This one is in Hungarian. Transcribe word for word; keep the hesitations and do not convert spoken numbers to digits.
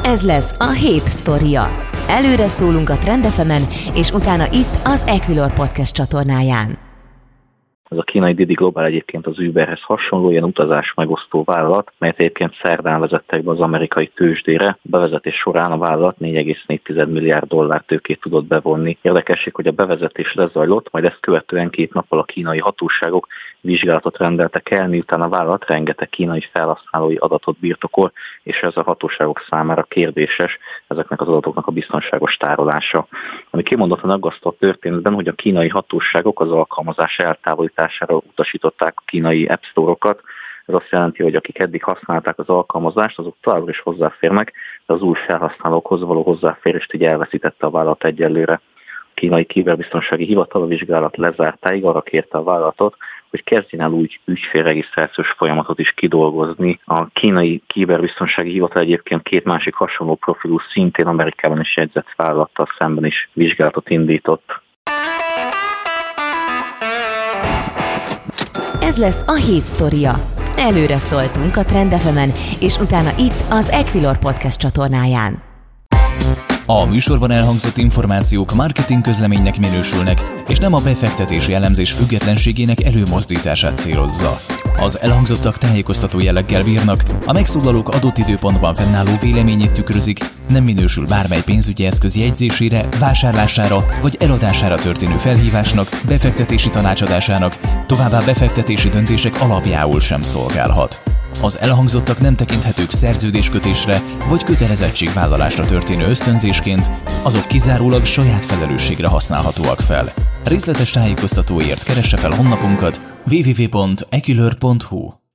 Ez lesz a hét sztoria. Előre szólunk a Trend ef emen, és utána itt az Equilor Podcast csatornáján. Ez a kínai Didi Global egyébként az Uberhez hasonló ilyen utazás megosztó vállalat, melyet egyébként szerdán vezettek be az amerikai tőzsdére. A bevezetés során a vállalat négy egész négy milliárd dollár tőkét tudott bevonni. Érdekesség, hogy a bevezetés lezajlott, majd ezt követően két nappal a kínai hatóságok vizsgálatot rendeltek el, miután a vállalat rengeteg kínai felhasználói adatot birtokol, és ez a hatóságok számára kérdéses ezeknek az adatoknak a biztonságos tárolása. Ami kimondottan aggasztó a történetben, hogy a kínai hatóságok az alkalmazás eltávolítására utasították a kínai App Store-okat. Ez azt jelenti, hogy akik eddig használták az alkalmazást, azok továbbra is hozzáférnek, de az új felhasználókhoz való hozzáférést így elveszítette a vállalat egyelőre. A kínai kiberbiztonsági hivatal a vizsgálat lezártáig arra kérte a vállalatot, hogy kezdjen el úgy ügyfélregisztrációs folyamatot is kidolgozni. A kínai kiberbiztonsági hivatal egyébként két másik hasonló profilú, szintén Amerikában is jegyzett vállalattal szemben is vizsgálatot indított. Ez lesz a hét sztoria. Előre szóltunk a Trend ef emen, és utána itt az Equilor Podcast csatornáján. A műsorban elhangzott információk marketing közleménynek minősülnek, és nem a befektetési elemzés függetlenségének előmozdítását célozza. Az elhangzottak tájékoztató jelleggel bírnak, a megszólalók adott időpontban fennálló véleményét tükrözik, nem minősül bármely pénzügyi eszköz jegyzésére, vásárlására vagy eladására történő felhívásnak, befektetési tanácsadásának, továbbá befektetési döntések alapjául sem szolgálhat. Az elhangzottak nem tekinthetők szerződéskötésre vagy kötelezettségvállalásra történő ösztönzésként, azok kizárólag saját felelősségre használhatóak fel. Részletes tájékoztatóért keresse fel honlapunkat double-u double-u double-u pont equilor pont hu.